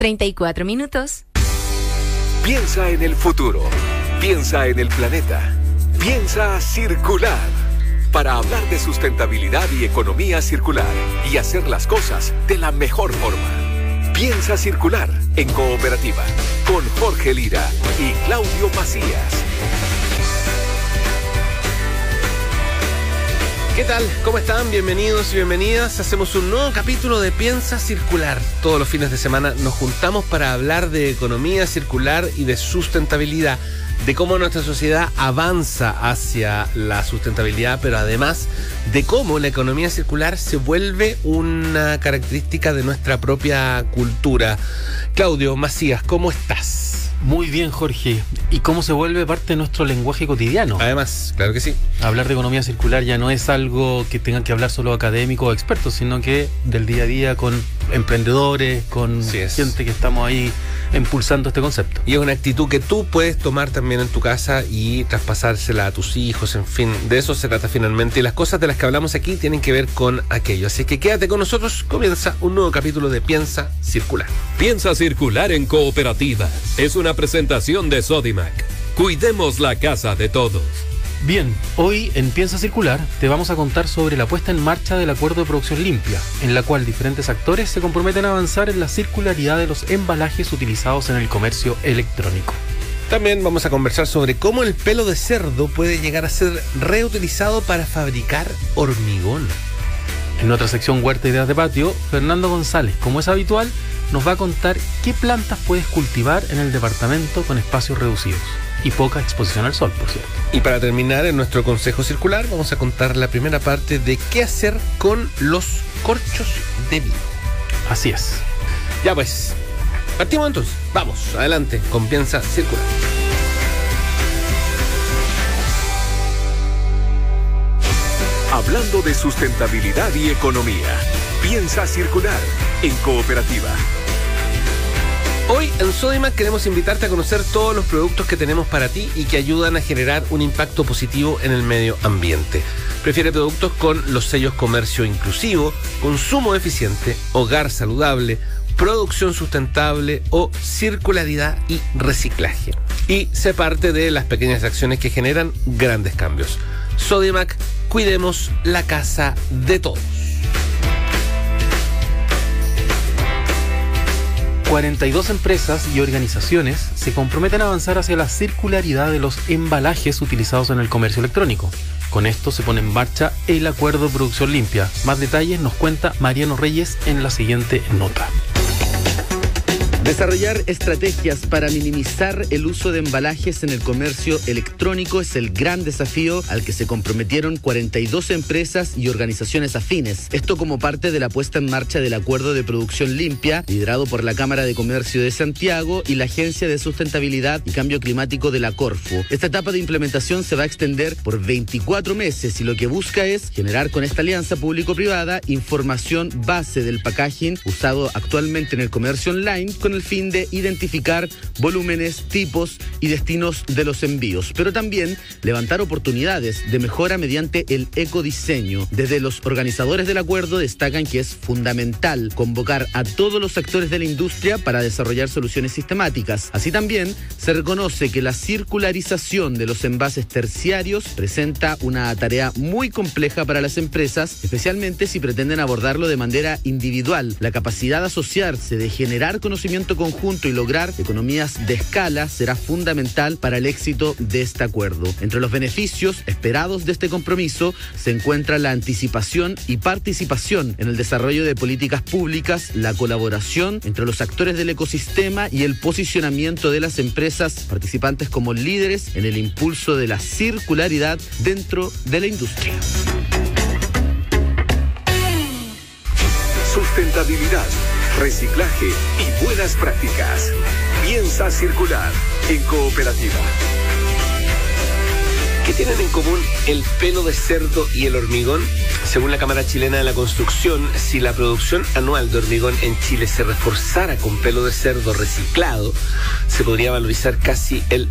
34 minutos. Piensa en el futuro. Piensa en el planeta. Piensa circular. Para hablar de sustentabilidad y economía circular y hacer las cosas de la mejor forma. Piensa circular en Cooperativa con Jorge Lira y Claudio Macías. ¿Qué tal? ¿Cómo están? Bienvenidos y bienvenidas. Hacemos un nuevo capítulo de Piensa Circular. Todos los fines de semana nos juntamos para hablar de economía circular y de sustentabilidad, de cómo nuestra sociedad avanza hacia la sustentabilidad, pero además de cómo la economía circular se vuelve una característica de nuestra propia cultura. Claudio Macías, ¿cómo estás? Muy bien, Jorge. ¿Y cómo se vuelve parte de nuestro lenguaje cotidiano? Además, claro que sí. Hablar de economía circular ya no es algo que tengan que hablar solo académicos o expertos, sino que del día a día con emprendedores, con gente que estamos ahí impulsando este concepto. Y es una actitud que tú puedes tomar también en tu casa y traspasársela a tus hijos, en fin, de eso se trata finalmente. Y las cosas de las que hablamos aquí tienen que ver con aquello. Así que quédate con nosotros, comienza un nuevo capítulo de Piensa Circular. Piensa Circular en Cooperativa. Es una presentación de Sodimac. Cuidemos la casa de todos. Bien, hoy en Piensa Circular te vamos a contar sobre la puesta en marcha del Acuerdo de Producción Limpia, en la cual diferentes actores se comprometen a avanzar en la circularidad de los embalajes utilizados en el comercio electrónico. También vamos a conversar sobre cómo el pelo de cerdo puede llegar a ser reutilizado para fabricar hormigón. En nuestra sección Huerta Ideas de Patio, Fernando González, como es habitual, nos va a contar qué plantas puedes cultivar en el departamento con espacios reducidos y poca exposición al sol, por cierto. Y para terminar, en nuestro consejo circular vamos a contar la primera parte de qué hacer con los corchos de vino. Así es. Ya pues, partimos entonces. Vamos, adelante con Piensa Circular. Hablando de sustentabilidad y economía. Piensa Circular en Cooperativa. Hoy en Sodimac queremos invitarte a conocer todos los productos que tenemos para ti y que ayudan a generar un impacto positivo en el medio ambiente. Prefiere productos con los sellos comercio inclusivo, consumo eficiente, hogar saludable, producción sustentable o circularidad y reciclaje. Y sé parte de las pequeñas acciones que generan grandes cambios. Sodimac, cuidemos la casa de todos. 42 empresas y organizaciones se comprometen a avanzar hacia la circularidad de los embalajes utilizados en el comercio electrónico. Con esto se pone en marcha el Acuerdo de Producción Limpia. Más detalles nos cuenta Mariano Reyes en la siguiente nota. Desarrollar estrategias para minimizar el uso de embalajes en el comercio electrónico es el gran desafío al que se comprometieron 42 empresas y organizaciones afines. Esto como parte de la puesta en marcha del Acuerdo de Producción Limpia, liderado por la Cámara de Comercio de Santiago y la Agencia de Sustentabilidad y Cambio Climático de la Corfo. Esta etapa de implementación se va a extender por 24 meses y lo que busca es generar con esta alianza público-privada información base del packaging usado actualmente en el comercio online con el fin de identificar volúmenes, tipos y destinos de los envíos, pero también levantar oportunidades de mejora mediante el ecodiseño. Desde los organizadores del acuerdo destacan que es fundamental convocar a todos los actores de la industria para desarrollar soluciones sistemáticas. Así también se reconoce que la circularización de los envases terciarios presenta una tarea muy compleja para las empresas, especialmente si pretenden abordarlo de manera individual. La capacidad de asociarse, de generar conocimiento conjunto y lograr economías de escala será fundamental para el éxito de este acuerdo. Entre los beneficios esperados de este compromiso se encuentra la anticipación y participación en el desarrollo de políticas públicas, la colaboración entre los actores del ecosistema y el posicionamiento de las empresas participantes como líderes en el impulso de la circularidad dentro de la industria. Sustentabilidad, reciclaje y buenas prácticas. Piensa Circular en Cooperativa. ¿Qué tienen en común el pelo de cerdo y el hormigón? Según la Cámara Chilena de la Construcción, si la producción anual de hormigón en Chile se reforzara con pelo de cerdo reciclado, se podría valorizar casi el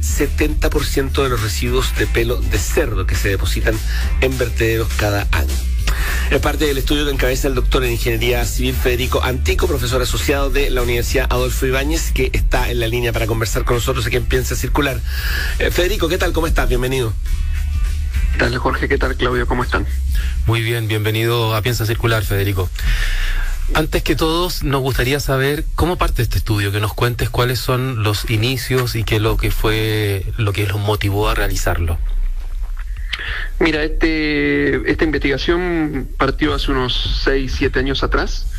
70% de los residuos de pelo de cerdo que se depositan en vertederos cada año. Es parte del estudio que encabeza el doctor en Ingeniería Civil Federico Antico, profesor asociado de la Universidad Adolfo Ibáñez, que está en la línea para conversar con nosotros aquí en Piensa Circular. Federico, ¿qué tal? ¿Cómo estás? Bienvenido. ¿Qué tal, Jorge? ¿Qué tal, Claudio? ¿Cómo están? Muy bien, bienvenido a Piensa Circular, Federico. Antes que todos, nos gustaría saber cómo parte este estudio, que nos cuentes cuáles son los inicios y qué es lo que los motivó a realizarlo. Mira, esta investigación partió hace unos 6-7 años atrás,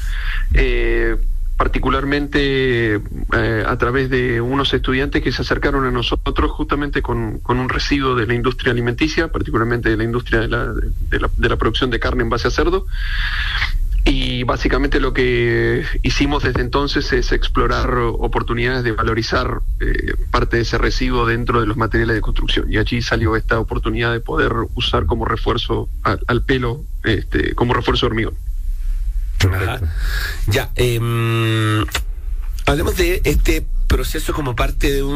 particularmente a través de unos estudiantes que se acercaron a nosotros justamente con un residuo de la industria alimenticia, particularmente de la industria de la producción de carne en base a cerdo. Y básicamente lo que hicimos desde entonces es explorar oportunidades de valorizar parte de ese residuo dentro de los materiales de construcción. Y allí salió esta oportunidad de poder usar como refuerzo al pelo, como refuerzo de hormigón. Ajá. Ya, hablemos de este proceso como parte de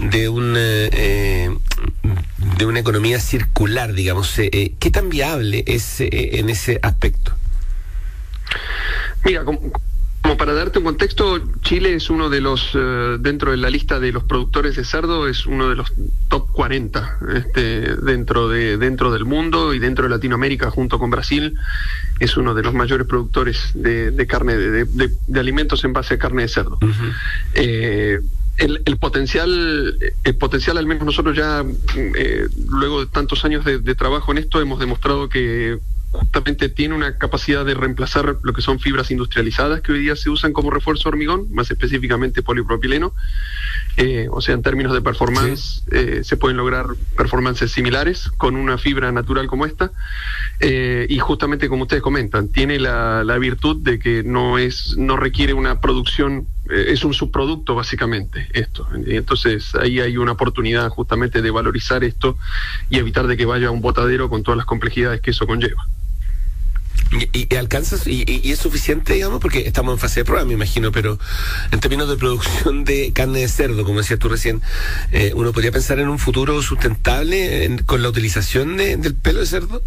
una economía circular, digamos. ¿Qué tan viable es en ese aspecto? Mira, como para darte un contexto, Chile es uno de los, dentro de la lista de los productores de cerdo, es uno de los top 40 dentro del mundo y dentro de Latinoamérica, junto con Brasil, es uno de los mayores productores de carne, de alimentos en base a carne de cerdo. Uh-huh. El potencial, al menos nosotros ya, luego de tantos años de trabajo en esto, hemos demostrado que justamente tiene una capacidad de reemplazar lo que son fibras industrializadas que hoy día se usan como refuerzo de hormigón, más específicamente polipropileno. O sea, en términos de performance, sí, se pueden lograr performances similares con una fibra natural como esta. Y justamente, como ustedes comentan, tiene la virtud de que no requiere una producción, es un subproducto básicamente esto. Y entonces ahí hay una oportunidad justamente de valorizar esto y evitar de que vaya a un botadero con todas las complejidades que eso conlleva. ¿Y alcanzas y es suficiente, digamos? Porque estamos en fase de prueba, me imagino, pero en términos de producción de carne de cerdo, como decías tú recién, ¿uno podría pensar en un futuro sustentable con la utilización del pelo de cerdo?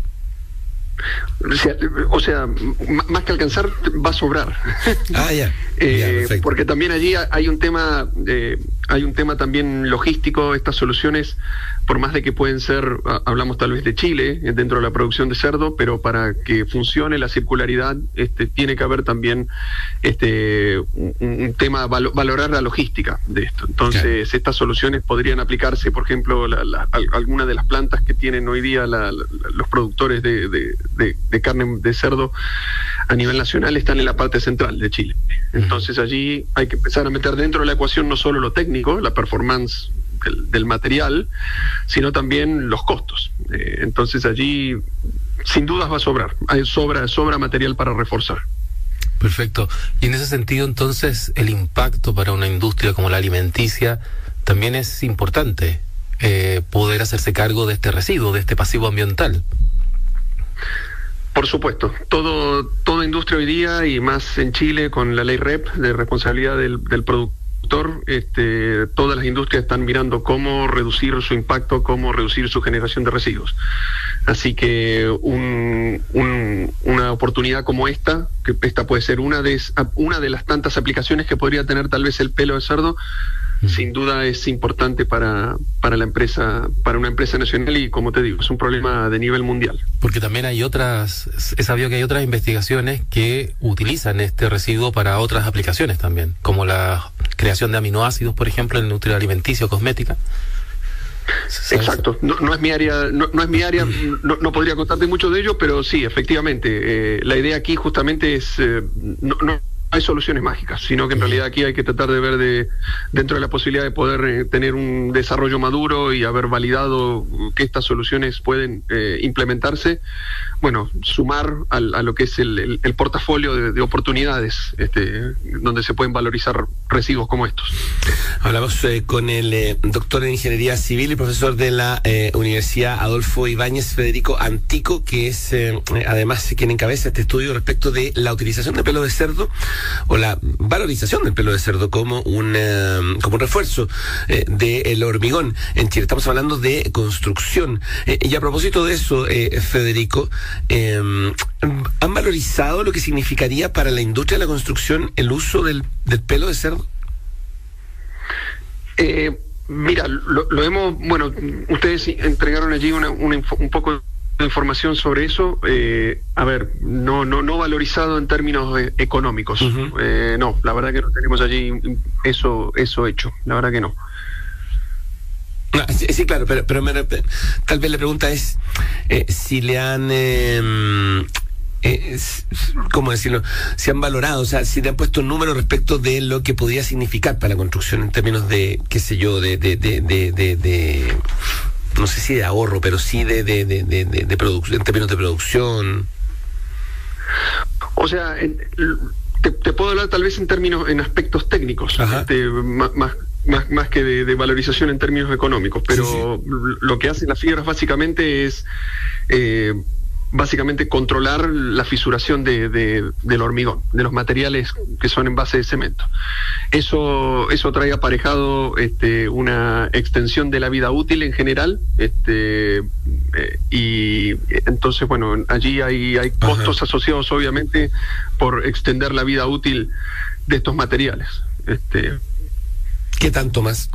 O sea, más que alcanzar, va a sobrar. Ah, ya. Porque también allí hay un tema también logístico. Estas soluciones, por más de que pueden ser, hablamos tal vez de Chile dentro de la producción de cerdo, pero para que funcione la circularidad tiene que haber también un tema, valorar la logística de esto. Entonces, claro, estas soluciones podrían aplicarse, por ejemplo, algunas de las plantas que tienen hoy día los productores de carne de cerdo a nivel nacional están en la parte central de Chile. Entonces allí hay que empezar a meter dentro de la ecuación no solo lo técnico, la performance del material, sino también los costos. Entonces allí sin dudas va a sobrar, sobra material para reforzar. Perfecto. Y en ese sentido, entonces, el impacto para una industria como la alimenticia también es importante, poder hacerse cargo de este residuo, de este pasivo ambiental. Por supuesto, toda industria hoy día, y más en Chile con la ley REP de responsabilidad del productor, todas las industrias están mirando cómo reducir su impacto, cómo reducir su generación de residuos. Así que una oportunidad como esta puede ser una de las tantas aplicaciones que podría tener tal vez el pelo de cerdo. Sin duda es importante para la empresa, para una empresa nacional, y como te digo, es un problema de nivel mundial. Porque también he sabido que hay otras investigaciones que utilizan este residuo para otras aplicaciones también, como la creación de aminoácidos, por ejemplo, en la industria alimenticia o cosmética. Exacto, no es mi área, no podría contarte mucho de ello, pero sí, efectivamente, la idea aquí justamente es no hay soluciones mágicas, sino que en realidad aquí hay que tratar de ver dentro de la posibilidad de poder tener un desarrollo maduro y haber validado que estas soluciones pueden implementarse, bueno, sumar a lo que es el portafolio de oportunidades donde se pueden valorizar residuos como estos. Hablamos con el doctor en Ingeniería Civil y profesor de la Universidad Adolfo Ibáñez, Federico Antico, que es además quien encabeza este estudio respecto de la utilización de pelo de cerdo o la valorización del pelo de cerdo como un refuerzo del hormigón en Chile. Estamos hablando de construcción. Y a propósito de eso, Federico, ¿han valorizado lo que significaría para la industria de la construcción el uso del pelo de cerdo? Mira, lo hemos, bueno, ustedes entregaron allí un poco de información sobre eso. A ver, no valorizado en términos económicos. Uh-huh. No, la verdad que no tenemos allí eso hecho, la verdad que no. Sí, claro, pero tal vez la pregunta es si le han... ¿cómo decirlo? Si han valorado, o sea, si le han puesto un número respecto de lo que podía significar para la construcción en términos de, qué sé yo, de no sé si de ahorro, pero sí de producción, en términos de producción. O sea, te puedo hablar tal vez en aspectos técnicos, más que de valorización en términos económicos, pero sí. Lo que hacen las fibras básicamente es controlar la fisuración del hormigón, de los materiales que son en base de cemento. Eso trae aparejado una extensión de la vida útil en general, y entonces, bueno, allí hay costos asociados obviamente por extender la vida útil de estos materiales. ¿Qué tanto más?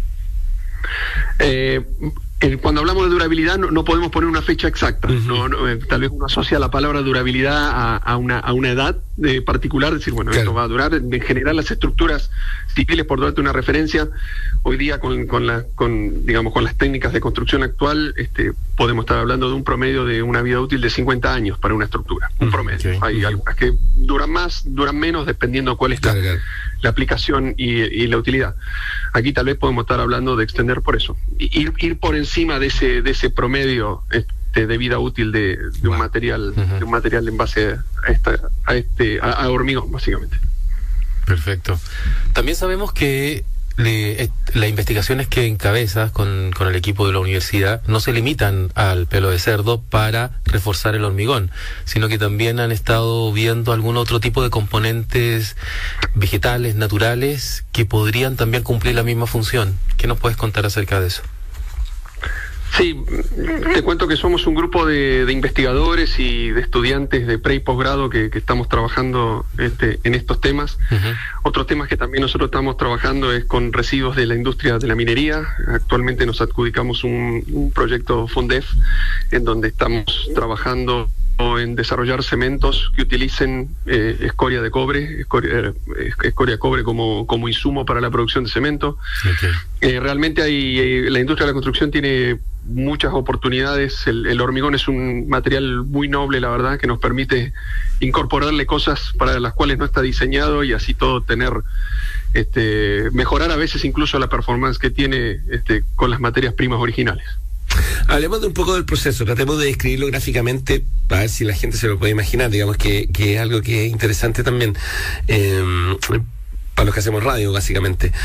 Cuando hablamos de durabilidad no podemos poner una fecha exacta. Uh-huh. Tal vez uno asocia la palabra durabilidad a una edad particular, decir, bueno, claro, esto va a durar. En general, las estructuras civiles, por darte una referencia, hoy día con las técnicas de construcción actual, podemos estar hablando de un promedio de una vida útil de 50 años para una estructura, un promedio. Okay. Hay algunas que duran más, duran menos, dependiendo cuál es la aplicación y la utilidad. Aquí tal vez podemos estar hablando de extender por eso, ir por encima de ese promedio de vida útil de un material, de un material en base a hormigón, básicamente. Perfecto. También sabemos que las investigaciones que encabezas con el equipo de la universidad no se limitan al pelo de cerdo para reforzar el hormigón, sino que también han estado viendo algún otro tipo de componentes vegetales, naturales, que podrían también cumplir la misma función. ¿Qué nos puedes contar acerca de eso? Sí, te cuento que somos un grupo de investigadores y de estudiantes de pre y posgrado que estamos trabajando en estos temas. Uh-huh. Otros temas que también nosotros estamos trabajando es con residuos de la industria de la minería. Actualmente nos adjudicamos un proyecto FONDEF en donde estamos trabajando en desarrollar cementos que utilicen escoria de cobre, escoria de cobre como insumo para la producción de cemento. Okay. Realmente la industria de la construcción tiene muchas oportunidades. El hormigón es un material muy noble, la verdad, que nos permite incorporarle cosas para las cuales no está diseñado y así todo tener, mejorar a veces incluso la performance que tiene con las materias primas originales. Hablemos de un poco del proceso, tratemos de describirlo gráficamente para ver si la gente se lo puede imaginar, digamos que es algo que es interesante también para los que hacemos radio, básicamente.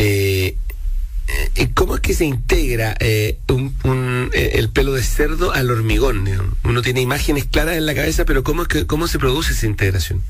¿Cómo es que se integra el pelo de cerdo al hormigón? Uno tiene imágenes claras en la cabeza, pero ¿cómo se produce esa integración?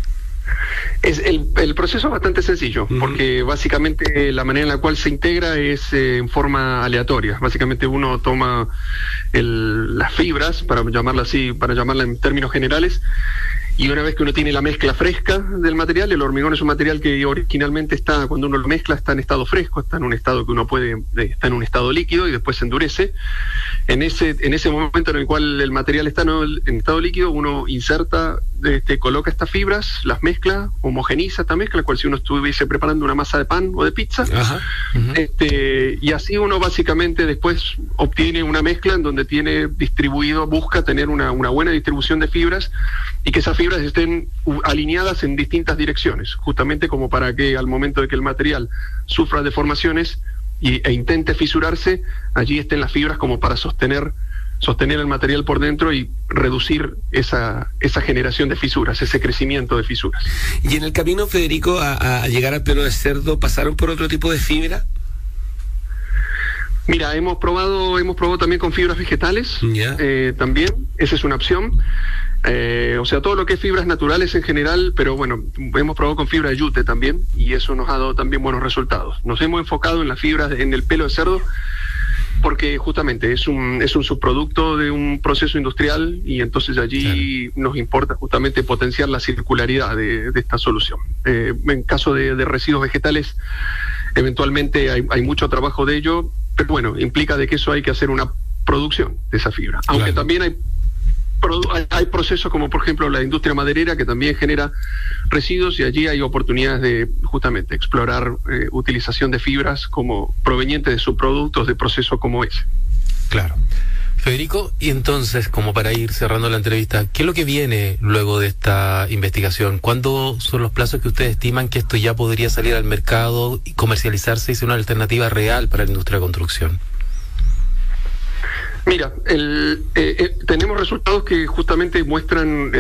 El proceso es bastante sencillo, porque básicamente la manera en la cual se integra es en forma aleatoria. Básicamente uno toma las fibras, para llamarla en términos generales, y una vez que uno tiene la mezcla fresca del material, el hormigón es un material que originalmente cuando uno lo mezcla, está en estado fresco, está en un estado que está en un estado líquido y después se endurece. En ese momento en el cual el material está en estado líquido, uno inserta, coloca estas fibras, las mezcla, homogeniza esta mezcla, cual si uno estuviese preparando una masa de pan o de pizza. Ajá. Uh-huh. Y así uno básicamente después obtiene una mezcla en donde busca tener una buena distribución de fibras y que esas fibras estén alineadas en distintas direcciones, justamente como para que al momento de que el material sufra deformaciones e intente fisurarse, allí estén las fibras como para sostener el material por dentro y reducir esa generación de fisuras, ese crecimiento de fisuras. Y en el camino, Federico, a llegar al pelo de cerdo, ¿pasaron por otro tipo de fibra? Mira, hemos probado también con fibras vegetales, también, esa es una opción. O sea, todo lo que es fibras naturales en general, pero bueno, hemos probado con fibra de yute también, y eso nos ha dado también buenos resultados. Nos hemos enfocado en las fibras, en el pelo de cerdo, porque justamente es un subproducto de un proceso industrial, y entonces allí nos importa justamente potenciar la circularidad de esta solución. En caso de residuos vegetales, eventualmente hay mucho trabajo de ello, pero bueno, implica de que eso hay que hacer una producción de esa fibra, aunque también hay procesos como por ejemplo la industria maderera, que también genera residuos, y allí hay oportunidades de justamente explorar utilización de fibras como provenientes de subproductos de procesos como ese. Claro. Federico, y entonces, como para ir cerrando la entrevista, ¿qué es lo que viene luego de esta investigación? ¿Cuándo son los plazos que ustedes estiman que esto ya podría salir al mercado y comercializarse y ser una alternativa real para la industria de construcción? Mira, tenemos resultados que justamente muestran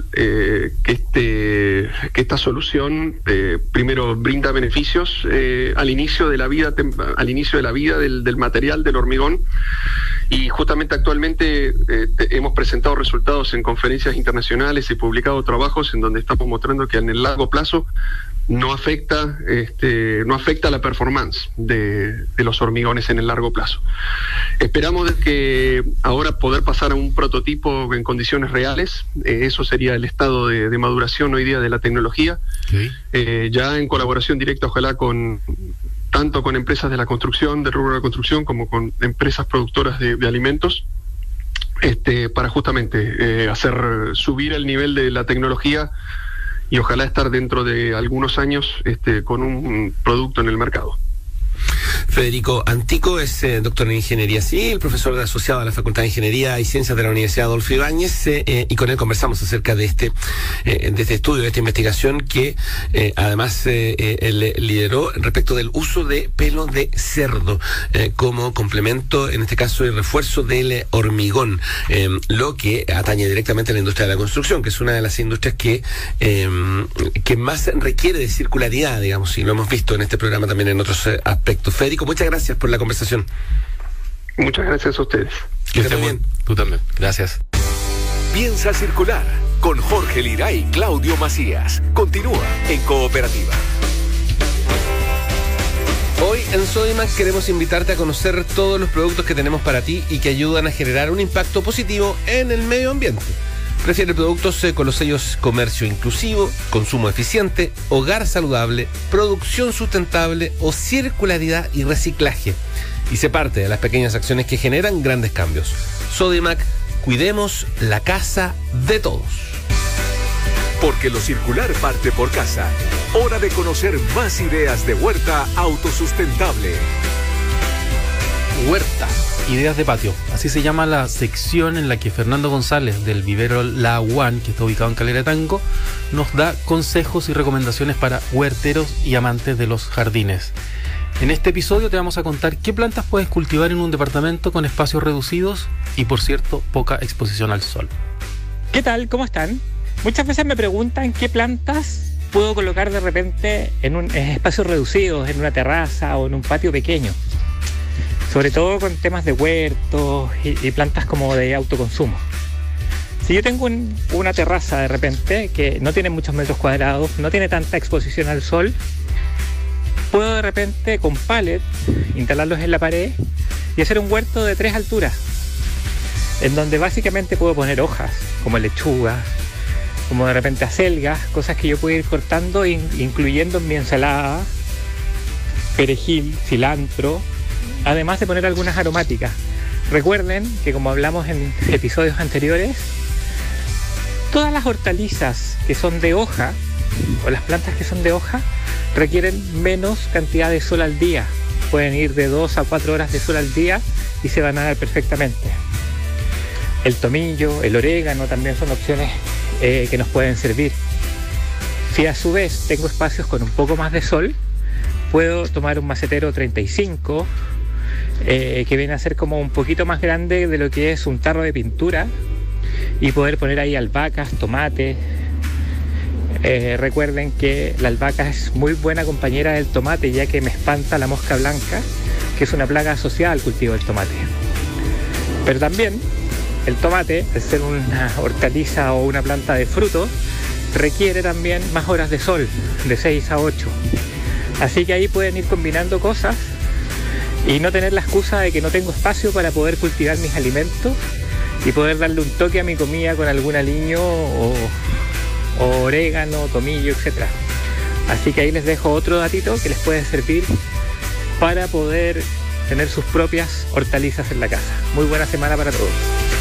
que esta solución primero brinda beneficios al inicio de la vida del material del hormigón, y justamente actualmente hemos presentado resultados en conferencias internacionales y publicado trabajos en donde estamos mostrando que en el largo plazo no afecta la performance de los hormigones en el largo plazo. Esperamos que ahora poder pasar a un prototipo en condiciones reales. Eso sería el estado de maduración hoy día de la tecnología. Ya en colaboración directa, ojalá tanto con empresas de la construcción, del rubro de la construcción, como con empresas productoras de alimentos, para justamente subir el nivel de la tecnología, y ojalá estar dentro de algunos años con un producto en el mercado. Federico Antico es doctor en Ingeniería Civil, profesor asociado a la Facultad de Ingeniería y Ciencias de la Universidad Adolfo Ibáñez, y con él conversamos acerca de este estudio, de esta investigación que además él lideró respecto del uso de pelo de cerdo como complemento, en este caso, y refuerzo del hormigón, lo que atañe directamente a la industria de la construcción, que es una de las industrias que más requiere de circularidad, digamos, y lo hemos visto en este programa también en otros aspectos. Federico, muchas gracias por la conversación. Muchas gracias a ustedes. Que estén bien. Tú también. Gracias. Piensa circular con Jorge Lira y Claudio Macías. Continúa en Cooperativa. Hoy en Sodimac queremos invitarte a conocer todos los productos que tenemos para ti y que ayudan a generar un impacto positivo en el medio ambiente. Prefiere productos con los sellos comercio inclusivo, consumo eficiente, hogar saludable, producción sustentable o circularidad y reciclaje. Y sé parte de las pequeñas acciones que generan grandes cambios. Sodimac, cuidemos la casa de todos. Porque lo circular parte por casa. Hora de conocer más ideas de huerta autosustentable. Huerta, ideas de patio. Así se llama la sección en la que Fernando González, del vivero La One, que está ubicado en Calera de Tango, nos da consejos y recomendaciones para huerteros y amantes de los jardines. En este episodio te vamos a contar qué plantas puedes cultivar en un departamento con espacios reducidos y, por cierto, poca exposición al sol. ¿Qué tal? ¿Cómo están? Muchas veces me preguntan qué plantas puedo colocar de repente en espacios reducidos, en una terraza o en un patio pequeño. Sobre todo con temas de huertos y plantas como de autoconsumo. Si yo tengo una terraza de repente que no tiene muchos metros cuadrados, no tiene tanta exposición al sol, puedo de repente con pallet instalarlos en la pared y hacer un huerto de 3 alturas, en donde básicamente puedo poner hojas como lechugas, como de repente acelgas, cosas que yo puedo ir cortando e incluyendo en mi ensalada, perejil, cilantro, además de poner algunas aromáticas. Recuerden que, como hablamos en episodios anteriores, todas las hortalizas que son de hoja, o las plantas que son de hoja, requieren menos cantidad de sol al día. Pueden ir de 2 a 4 horas de sol al día y se van a dar perfectamente. El tomillo, el orégano también son opciones que nos pueden servir. Si a su vez tengo espacios con un poco más de sol, puedo tomar un macetero 35, que viene a ser como un poquito más grande de lo que es un tarro de pintura, y poder poner ahí albahacas, tomates. Recuerden que la albahaca es muy buena compañera del tomate, ya que me espanta la mosca blanca, que es una plaga asociada al cultivo del tomate. Pero también el tomate, al ser una hortaliza o una planta de frutos, requiere también más horas de sol, de 6 a 8. Así que ahí pueden ir combinando cosas y no tener la excusa de que no tengo espacio para poder cultivar mis alimentos y poder darle un toque a mi comida con algún aliño o orégano, tomillo, etc. Así que ahí les dejo otro datito que les puede servir para poder tener sus propias hortalizas en la casa. Muy buena semana para todos.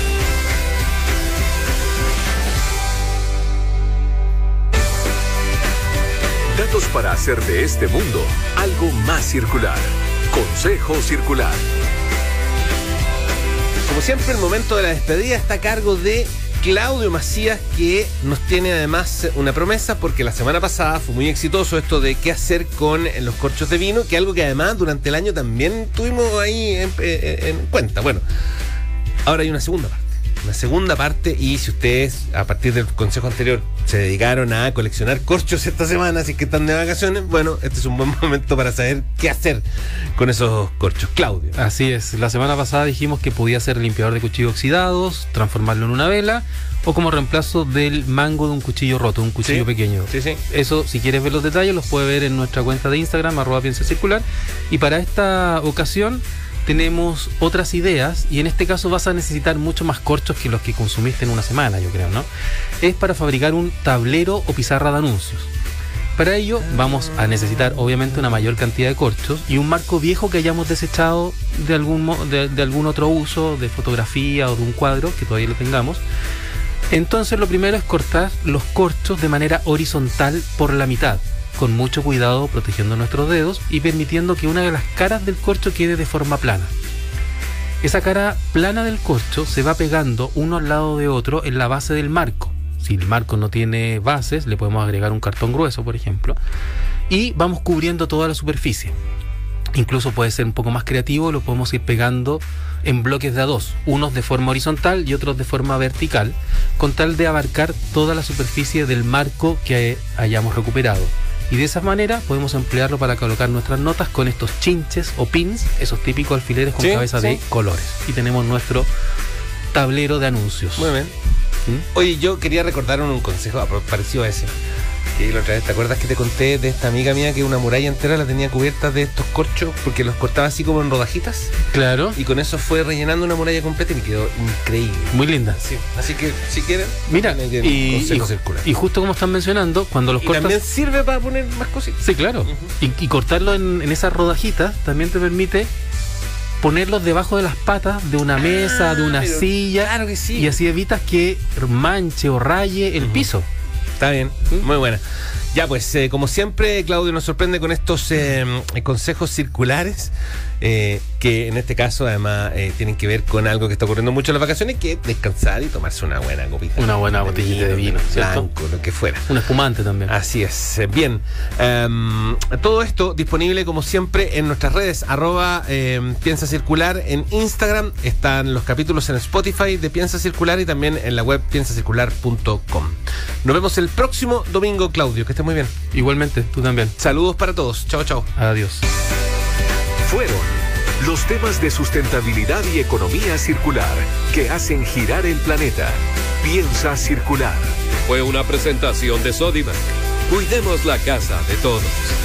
Datos para hacer de este mundo algo más circular. Consejo Circular. Como siempre, el momento de la despedida está a cargo de Claudio Macías, que nos tiene además una promesa, porque la semana pasada fue muy exitoso esto de qué hacer con los corchos de vino, que es algo que además durante el año también tuvimos ahí en cuenta. Bueno, ahora hay una segunda parte, y si ustedes a partir del consejo anterior se dedicaron a coleccionar corchos esta semana, así que están de vacaciones, bueno, este es un buen momento para saber qué hacer con esos corchos. Claudio. Así es, la semana pasada dijimos que podía ser limpiador de cuchillos oxidados, transformarlo en una vela, o como reemplazo del mango de un cuchillo roto, un cuchillo pequeño. Sí. Eso, si quieres ver los detalles, los puedes ver en nuestra cuenta de Instagram, @piensacircular. Y para esta ocasión tenemos otras ideas, y en este caso vas a necesitar mucho más corchos que los que consumiste en una semana, yo creo, ¿no? Es para fabricar un tablero o pizarra de anuncios. Para ello vamos a necesitar obviamente una mayor cantidad de corchos y un marco viejo que hayamos desechado de algún otro uso, de fotografía o de un cuadro que todavía lo tengamos. Entonces lo primero es cortar los corchos de manera horizontal por la mitad, con mucho cuidado, protegiendo nuestros dedos y permitiendo que una de las caras del corcho quede de forma plana. Esa cara plana del corcho se va pegando uno al lado de otro en la base del marco. Si el marco no tiene bases, le podemos agregar un cartón grueso, por ejemplo, y vamos cubriendo toda la superficie. Incluso puede ser un poco más creativo, lo podemos ir pegando en bloques de A2, unos de forma horizontal y otros de forma vertical, con tal de abarcar toda la superficie del marco que hayamos recuperado. Y de esa manera podemos emplearlo para colocar nuestras notas con estos chinches o pins, esos típicos alfileres con cabeza de colores. Y tenemos nuestro tablero de anuncios. Muy bien. Oye, yo quería recordar un consejo parecido a ese. Que la otra vez, ¿te acuerdas que te conté de esta amiga mía que una muralla entera la tenía cubierta de estos corchos porque los cortaba así como en rodajitas? Claro. Y con eso fue rellenando una muralla completa y me quedó increíble. Muy linda. Sí. Así que, si quieren, mira, y justo como están mencionando, cuando los cortas... también sirve para poner más cositas. Sí, claro. Y cortarlo en esas rodajitas también te permite ponerlos debajo de las patas de una mesa, de una silla. Claro que sí. Y así evitas que manche o raye el piso. Está bien, muy buena. Ya pues, como siempre, Claudio nos sorprende con estos consejos circulares, que en este caso además tienen que ver con algo que está ocurriendo mucho en las vacaciones, que es descansar y tomarse una buena copita. Una buena botellita de vino, blanco, lo que fuera. Un espumante también. Así es. Bien, todo esto disponible como siempre en nuestras redes, @Piensa Circular en Instagram. Están los capítulos en Spotify de Piensa Circular y también en la web piensacircular.com. Nos vemos el próximo domingo, Claudio, que estés muy bien. Igualmente, tú también. Saludos para todos. Chao, chao. Adiós. Fueron los temas de sustentabilidad y economía circular que hacen girar el planeta. Piensa Circular. Fue una presentación de Sodimac. Cuidemos la casa de todos.